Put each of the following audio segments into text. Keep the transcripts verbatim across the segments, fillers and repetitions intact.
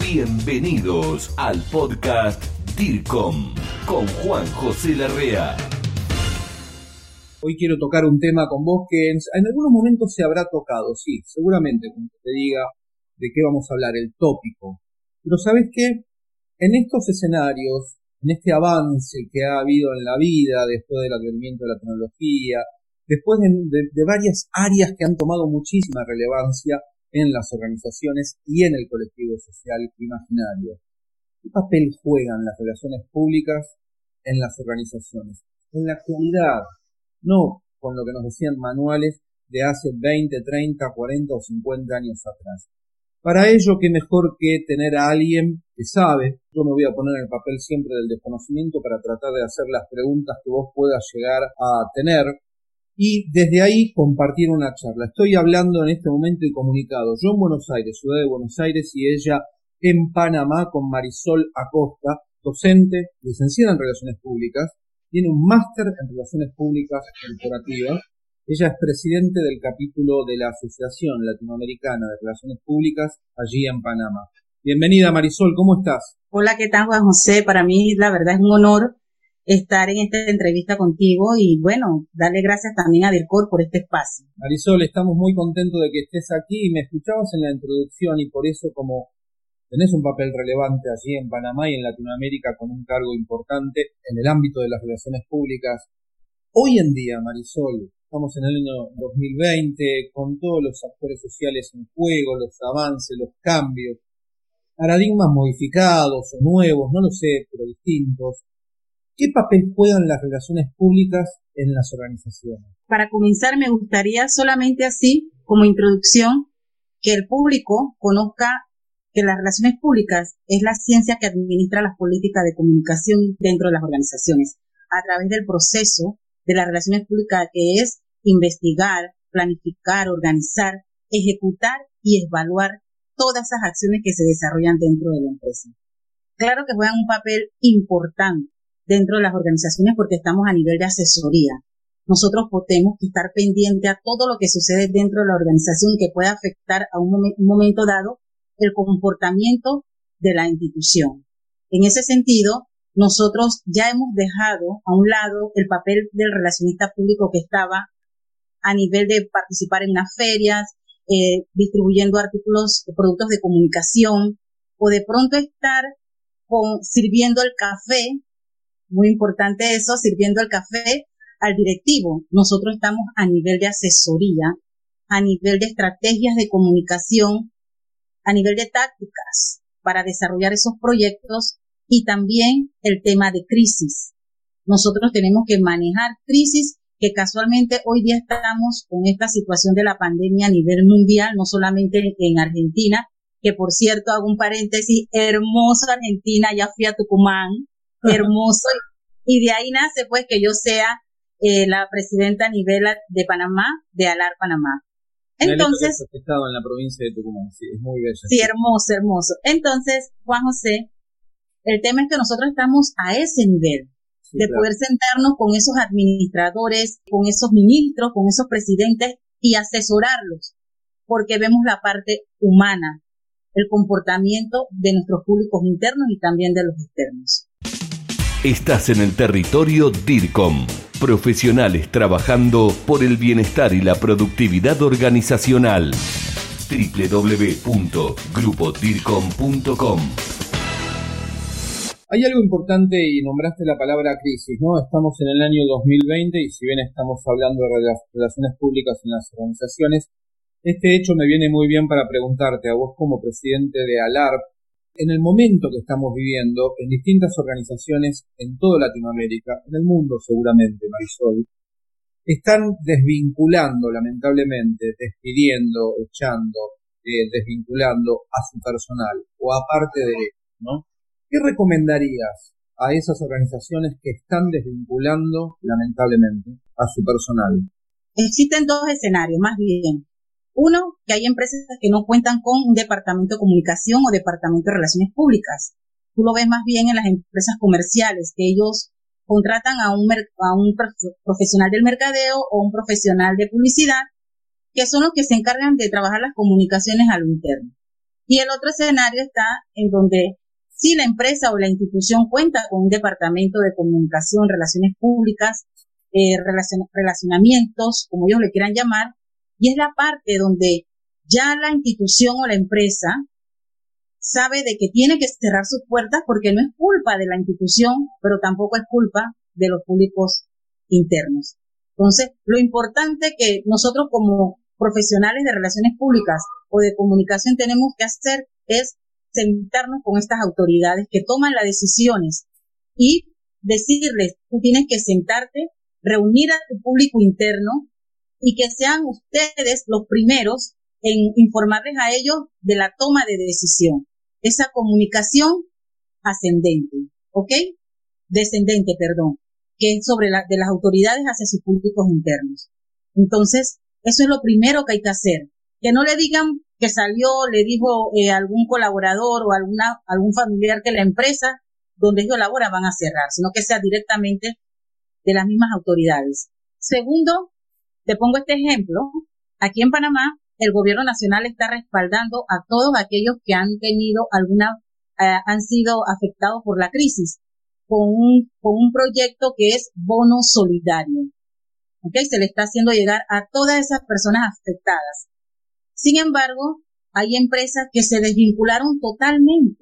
Bienvenidos al podcast DIRCOM con Juan José Larrea. Hoy quiero tocar un tema con vos que en, en algunos momentos se habrá tocado, sí, seguramente, cuando te diga de qué vamos a hablar, el tópico. Pero ¿sabés qué? En estos escenarios, en este avance que ha habido en la vida después del advenimiento de la tecnología, después de, de, de varias áreas que han tomado muchísima relevancia en las organizaciones y en el colectivo social imaginario. ¿Qué papel juegan las relaciones públicas en las organizaciones? En la actualidad, no con lo que nos decían manuales de hace veinte, treinta, cuarenta o cincuenta años atrás. Para ello, qué mejor que tener a alguien que sabe. Yo me voy a poner en el papel siempre del desconocimiento para tratar de hacer las preguntas que vos puedas llegar a tener y desde ahí compartir una charla. Estoy hablando en este momento y comunicado yo en Buenos Aires, ciudad de Buenos Aires, y ella en Panamá con Marisol Acosta, docente, licenciada en Relaciones Públicas, tiene un máster en Relaciones Públicas Corporativas. Ella es presidente del capítulo de la Asociación Latinoamericana de Relaciones Públicas allí en Panamá. Bienvenida, Marisol, ¿cómo estás? Hola, ¿qué tal, Juan José? Para mí la verdad es un honor estar en esta entrevista contigo y bueno, darle gracias también a DIRCOM por este espacio. Marisol, estamos muy contentos de que estés aquí y me escuchabas en la introducción y por eso, como tenés un papel relevante allí en Panamá y en Latinoamérica con un cargo importante en el ámbito de las relaciones públicas, hoy en día, Marisol, estamos en el año dos mil veinte con todos los actores sociales en juego, los avances, los cambios, paradigmas modificados o nuevos, no lo sé, pero distintos. ¿Qué papel juegan las relaciones públicas en las organizaciones? Para comenzar, me gustaría solamente así, como introducción, que el público conozca que las relaciones públicas es la ciencia que administra las políticas de comunicación dentro de las organizaciones, a través del proceso de las relaciones públicas, que es investigar, planificar, organizar, ejecutar y evaluar todas esas acciones que se desarrollan dentro de la empresa. Claro que juegan un papel importante dentro de las organizaciones porque estamos a nivel de asesoría. Nosotros tenemos que estar pendientes a todo lo que sucede dentro de la organización que pueda afectar a un, momen, un momento dado el comportamiento de la institución. En ese sentido, nosotros ya hemos dejado a un lado el papel del relacionista público que estaba a nivel de participar en unas ferias, eh, distribuyendo artículos, productos de comunicación, o de pronto estar con, sirviendo el café. Muy importante eso, sirviendo el café al directivo. Nosotros estamos a nivel de asesoría, a nivel de estrategias de comunicación, a nivel de tácticas para desarrollar esos proyectos y también el tema de crisis. Nosotros tenemos que manejar crisis que casualmente hoy día estamos con esta situación de la pandemia a nivel mundial, no solamente en Argentina, que por cierto, hago un paréntesis, hermosa Argentina, ya fui a Tucumán, hermoso, y de ahí nace pues que yo sea eh, la presidenta a nivel de Panamá, de ALAR Panamá. Entonces, he estado en la provincia de Tucumán, sí, es muy bello. Sí, hermoso, hermoso. Entonces, Juan José, el tema es que nosotros estamos a ese nivel, sí, de claro, poder sentarnos con esos administradores, con esos ministros, con esos presidentes y asesorarlos, porque vemos la parte humana, el comportamiento de nuestros públicos internos y también de los externos. Estás en el territorio DIRCOM, profesionales trabajando por el bienestar y la productividad organizacional. doble u doble u doble u punto grupo dircom punto com. Hay algo importante y nombraste la palabra crisis, ¿no? Estamos en el año dos mil veinte y si bien estamos hablando de las relaciones públicas en las organizaciones, este hecho me viene muy bien para preguntarte a vos como presidente de ALAR, en el momento que estamos viviendo en distintas organizaciones en toda Latinoamérica, en el mundo seguramente, Marisol, están desvinculando lamentablemente, despidiendo, echando, eh, desvinculando a su personal o aparte de eso, ¿no? ¿Qué recomendarías a esas organizaciones que están desvinculando lamentablemente a su personal? Existen dos escenarios, más bien. Uno, que hay empresas que no cuentan con un departamento de comunicación o departamento de relaciones públicas. Tú lo ves más bien en las empresas comerciales, que ellos contratan a un, a un profesional del mercadeo o un profesional de publicidad, que son los que se encargan de trabajar las comunicaciones a lo interno. Y el otro escenario está en donde si la empresa o la institución cuenta con un departamento de comunicación, relaciones públicas, eh, relacion, relacionamientos, como ellos le quieran llamar, y es la parte donde ya la institución o la empresa sabe de que tiene que cerrar sus puertas porque no es culpa de la institución, pero tampoco es culpa de los públicos internos. Entonces, lo importante que nosotros como profesionales de relaciones públicas o de comunicación tenemos que hacer es sentarnos con estas autoridades que toman las decisiones y decirles, tú tienes que sentarte, reunir a tu público interno y que sean ustedes los primeros en informarles a ellos de la toma de decisión. Esa comunicación ascendente, ¿ok? Descendente, perdón, que es sobre la, de las autoridades hacia sus públicos internos. Entonces, eso es lo primero que hay que hacer. Que no le digan que salió, le dijo eh, algún colaborador o alguna algún familiar que la empresa donde ellos laboran van a cerrar, sino que sea directamente de las mismas autoridades. Segundo, te pongo este ejemplo. Aquí en Panamá, el gobierno nacional está respaldando a todos aquellos que han tenido alguna, eh, han sido afectados por la crisis, con un, con un proyecto que es bono solidario. ¿Okay? Se le está haciendo llegar a todas esas personas afectadas. Sin embargo, hay empresas que se desvincularon totalmente.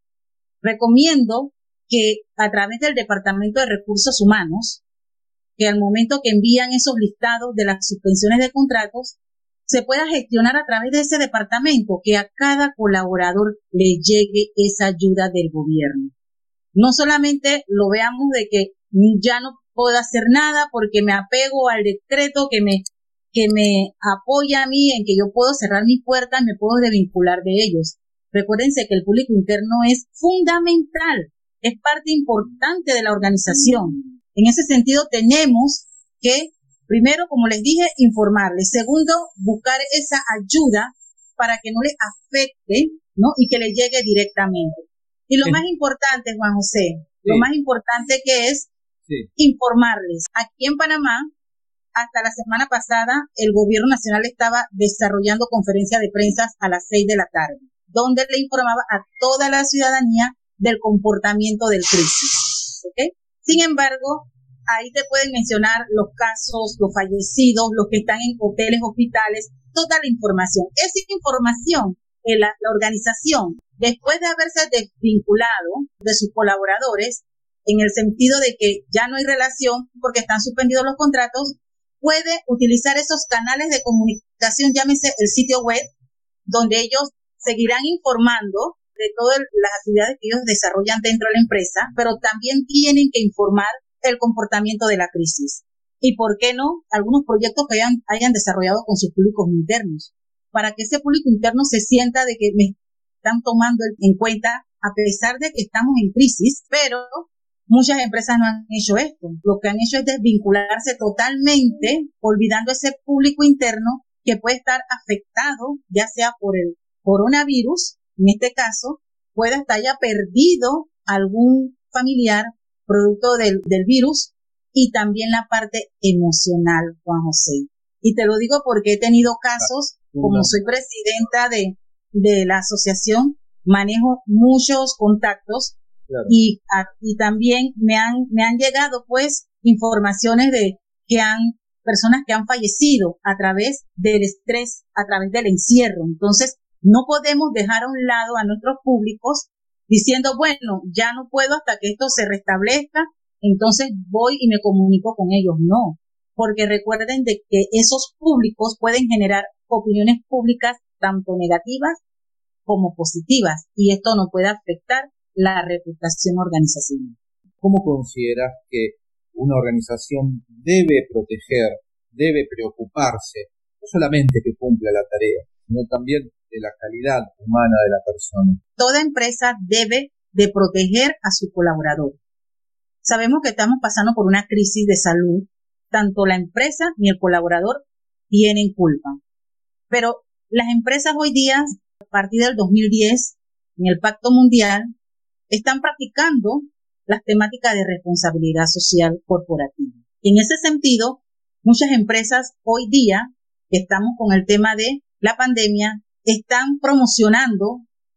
Recomiendo que a través del Departamento de Recursos Humanos, que al momento que envían esos listados de las suspensiones de contratos, se pueda gestionar a través de ese departamento, que a cada colaborador le llegue esa ayuda del gobierno. No solamente lo veamos de que ya no puedo hacer nada porque me apego al decreto que me, que me apoya a mí en que yo puedo cerrar mis puertas, me puedo desvincular de ellos. Recuérdense que el público interno es fundamental, es parte importante de la organización. En ese sentido tenemos que, primero, como les dije, informarles. Segundo, buscar esa ayuda para que no les afecte, ¿no? Y que les llegue directamente. Y lo sí. más importante, Juan José, sí. lo más importante que es sí. informarles. Aquí en Panamá, hasta la semana pasada, el gobierno nacional estaba desarrollando conferencias de prensa a las seis de la tarde, donde le informaba a toda la ciudadanía del comportamiento del crisis. ¿Okay? Sin embargo, ahí te pueden mencionar los casos, los fallecidos, los que están en hoteles, hospitales, toda la información. Esa información, eh, la, la organización, después de haberse desvinculado de sus colaboradores, en el sentido de que ya no hay relación porque están suspendidos los contratos, puede utilizar esos canales de comunicación, llámese el sitio web, donde ellos seguirán informando de todas las actividades que ellos desarrollan dentro de la empresa, pero también tienen que informar el comportamiento de la crisis. Y por qué no, algunos proyectos que hayan, hayan desarrollado con sus públicos internos, para que ese público interno se sienta de que me están tomando en cuenta a pesar de que estamos en crisis, pero muchas empresas no han hecho esto. Lo que han hecho es desvincularse totalmente, olvidando ese público interno que puede estar afectado, ya sea por el coronavirus, en este caso, puede hasta haya perdido algún familiar producto del, del virus, y también la parte emocional, Juan José. Y te lo digo porque he tenido casos, como soy presidenta de, de la asociación, manejo muchos contactos, claro. y, a, y también me han, me han llegado pues informaciones de que han, personas que han fallecido a través del estrés, a través del encierro. Entonces, no podemos dejar a un lado a nuestros públicos diciendo, bueno, ya no puedo hasta que esto se restablezca, entonces voy y me comunico con ellos. No, porque recuerden de que esos públicos pueden generar opiniones públicas tanto negativas como positivas, y esto no puede afectar la reputación organizacional. ¿Cómo consideras que una organización debe proteger, debe preocuparse, no solamente que cumpla la tarea, sino también de la calidad humana de la persona? Toda empresa debe de proteger a su colaborador. Sabemos que estamos pasando por una crisis de salud. Tanto la empresa ni el colaborador tienen culpa. Pero las empresas hoy día, a partir del dos mil diez, en el Pacto Mundial, están practicando las temáticas de responsabilidad social corporativa. En ese sentido, muchas empresas hoy día, que estamos con el tema de la pandemia, están promocionando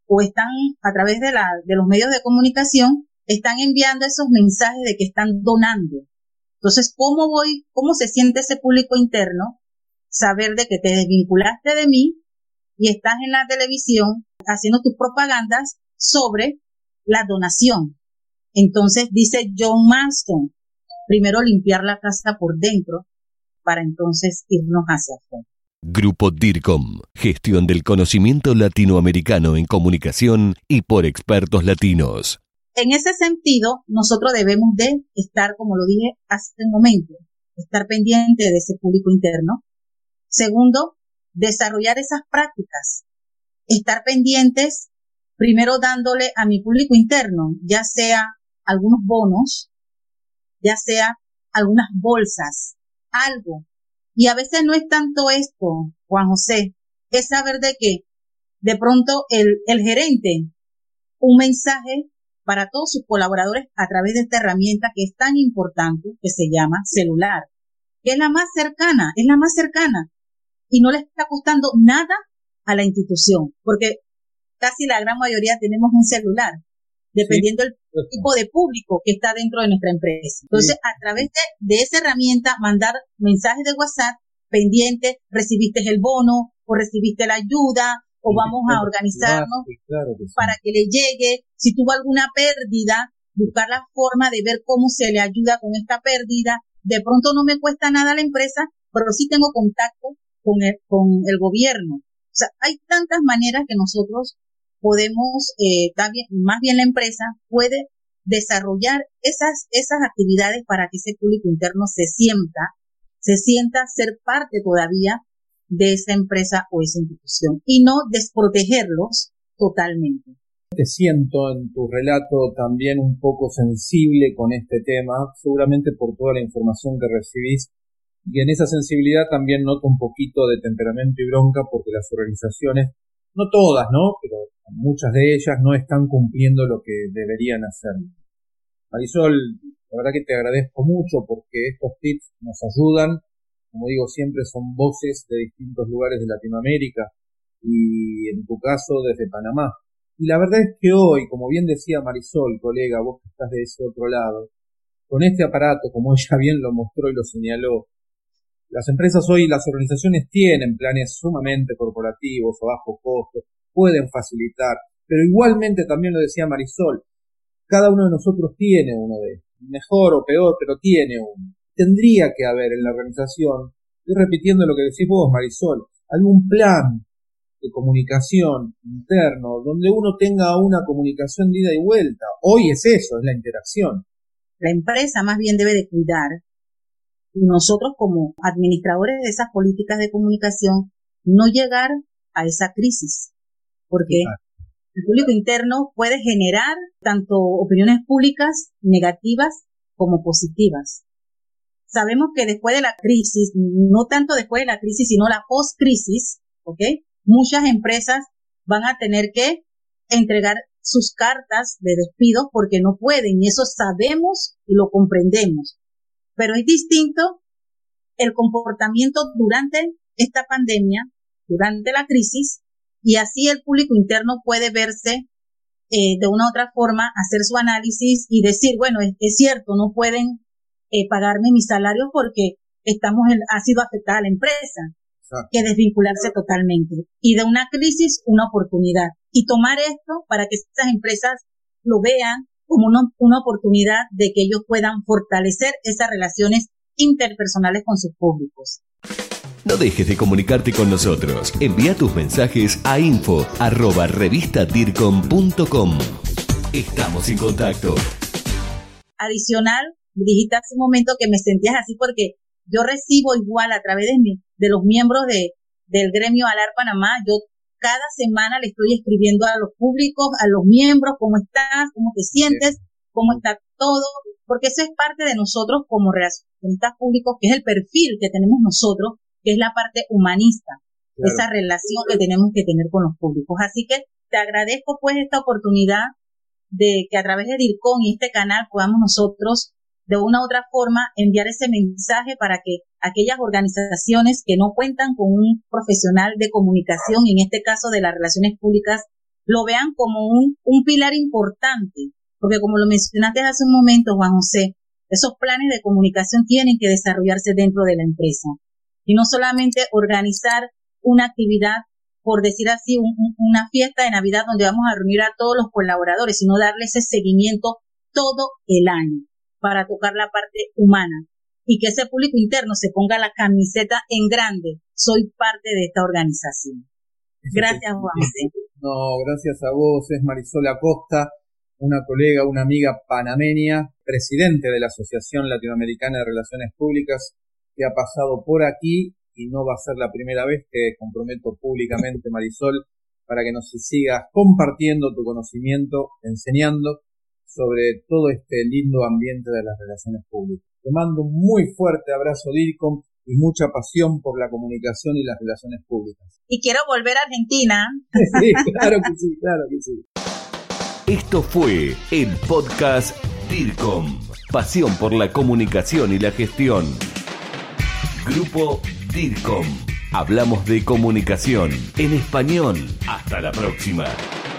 o están a través de, la, de los medios de comunicación, están enviando esos mensajes de que están donando. Entonces, ¿cómo voy, cómo se siente ese público interno? Saber de que te desvinculaste de mí y estás en la televisión haciendo tus propagandas sobre la donación. Entonces, dice John Marston, primero limpiar la casa por dentro para entonces irnos hacia afuera. Grupo DIRCOM, gestión del conocimiento latinoamericano en comunicación y por expertos latinos. En ese sentido, nosotros debemos de estar, como lo dije hace un momento, estar pendiente de ese público interno. Segundo, desarrollar esas prácticas, estar pendientes, primero dándole a mi público interno, ya sea algunos bonos, ya sea algunas bolsas, algo. Y a veces no es tanto esto, Juan José, es saber de que de pronto el, el gerente, un mensaje para todos sus colaboradores a través de esta herramienta que es tan importante, que se llama celular, que es la más cercana, es la más cercana, y no le está costando nada a la institución, porque casi la gran mayoría tenemos un celular, dependiendo del sí. tipo de público que está dentro de nuestra empresa. Entonces, sí. a través de, de esa herramienta, mandar mensajes de WhatsApp pendientes, recibiste el bono, o recibiste la ayuda, o sí, vamos a organizarnos sí, claro que sí. para que le llegue. Si tuvo alguna pérdida, buscar la forma de ver cómo se le ayuda con esta pérdida. De pronto no me cuesta nada a la empresa, pero sí tengo contacto con el, con el gobierno. O sea, hay tantas maneras que nosotros podemos, eh, también, más bien la empresa puede desarrollar esas, esas actividades para que ese público interno se sienta, se sienta ser parte todavía de esa empresa o esa institución y no desprotegerlos totalmente. Te siento en tu relato también un poco sensible con este tema, seguramente por toda la información que recibís, y en esa sensibilidad también noto un poquito de temperamento y bronca porque las organizaciones, no todas, ¿no?, pero muchas de ellas no están cumpliendo lo que deberían hacer. Marisol, la verdad que te agradezco mucho porque estos tips nos ayudan, como digo siempre, son voces de distintos lugares de Latinoamérica y en tu caso desde Panamá. Y la verdad es que hoy, como bien decía Marisol, colega, vos que estás de ese otro lado, con este aparato, como ella bien lo mostró y lo señaló, las empresas hoy, las organizaciones tienen planes sumamente corporativos a bajo costo, pueden facilitar, pero igualmente también lo decía Marisol, cada uno de nosotros tiene uno de estos, mejor o peor, pero tiene uno. Tendría que haber en la organización, estoy repitiendo lo que decís vos, Marisol, algún plan de comunicación interno donde uno tenga una comunicación de ida y vuelta. Hoy es eso, es la interacción. La empresa más bien debe de cuidar, y nosotros como administradores de esas políticas de comunicación, no llegar a esa crisis, porque claro. el público interno puede generar tanto opiniones públicas negativas como positivas. Sabemos que después de la crisis, no tanto después de la crisis, sino la post-crisis, ¿ok?, muchas empresas van a tener que entregar sus cartas de despido porque no pueden, y eso sabemos y lo comprendemos. Pero es distinto el comportamiento durante esta pandemia, durante la crisis, y así el público interno puede verse eh, de una u otra forma, hacer su análisis y decir, bueno, es, es cierto, no pueden eh, pagarme mi salario porque estamos en, ha sido afectada la empresa. Exacto. Que desvincularse totalmente. Y de una crisis, una oportunidad. Y tomar esto para que estas empresas lo vean como una, una oportunidad de que ellos puedan fortalecer esas relaciones interpersonales con sus públicos. No dejes de comunicarte con nosotros. Envía tus mensajes a info arroba revista dircom punto com. Estamos en contacto. Adicional, dijiste hace un momento que me sentías así porque yo recibo igual a través de, mi, de los miembros de, del gremio ALAR Panamá. Yo cada semana le estoy escribiendo a los públicos, a los miembros, cómo estás, cómo te sientes, cómo está todo, porque eso es parte de nosotros como relacionistas públicos, que es el perfil que tenemos nosotros, que es la parte humanista, claro. esa relación que tenemos que tener con los públicos. Así que te agradezco pues esta oportunidad de que a través de DIRCOM y este canal podamos nosotros de una u otra forma enviar ese mensaje para que aquellas organizaciones que no cuentan con un profesional de comunicación, en este caso de las relaciones públicas, lo vean como un, un pilar importante, porque como lo mencionaste hace un momento, Juan José, esos planes de comunicación tienen que desarrollarse dentro de la empresa y no solamente organizar una actividad, por decir así, un, un, una fiesta de Navidad donde vamos a reunir a todos los colaboradores, sino darle ese seguimiento todo el año para tocar la parte humana y que ese público interno se ponga la camiseta en grande. Soy parte de esta organización. Gracias, Juan José. No, gracias a vos. Es Marisol Acosta, una colega, una amiga panameña, presidente de la Asociación Latinoamericana de Relaciones Públicas, que ha pasado por aquí y no va a ser la primera vez. Te comprometo públicamente, Marisol, para que nos sigas compartiendo tu conocimiento, enseñando sobre todo este lindo ambiente de las relaciones públicas. Te mando un muy fuerte abrazo, DIRCOM, y mucha pasión por la comunicación y las relaciones públicas. Y quiero volver a Argentina. Sí, claro que sí, claro que sí. Esto fue el podcast DIRCOM, pasión por la comunicación y la gestión. Grupo DIRCOM. Hablamos de comunicación en español. Hasta la próxima.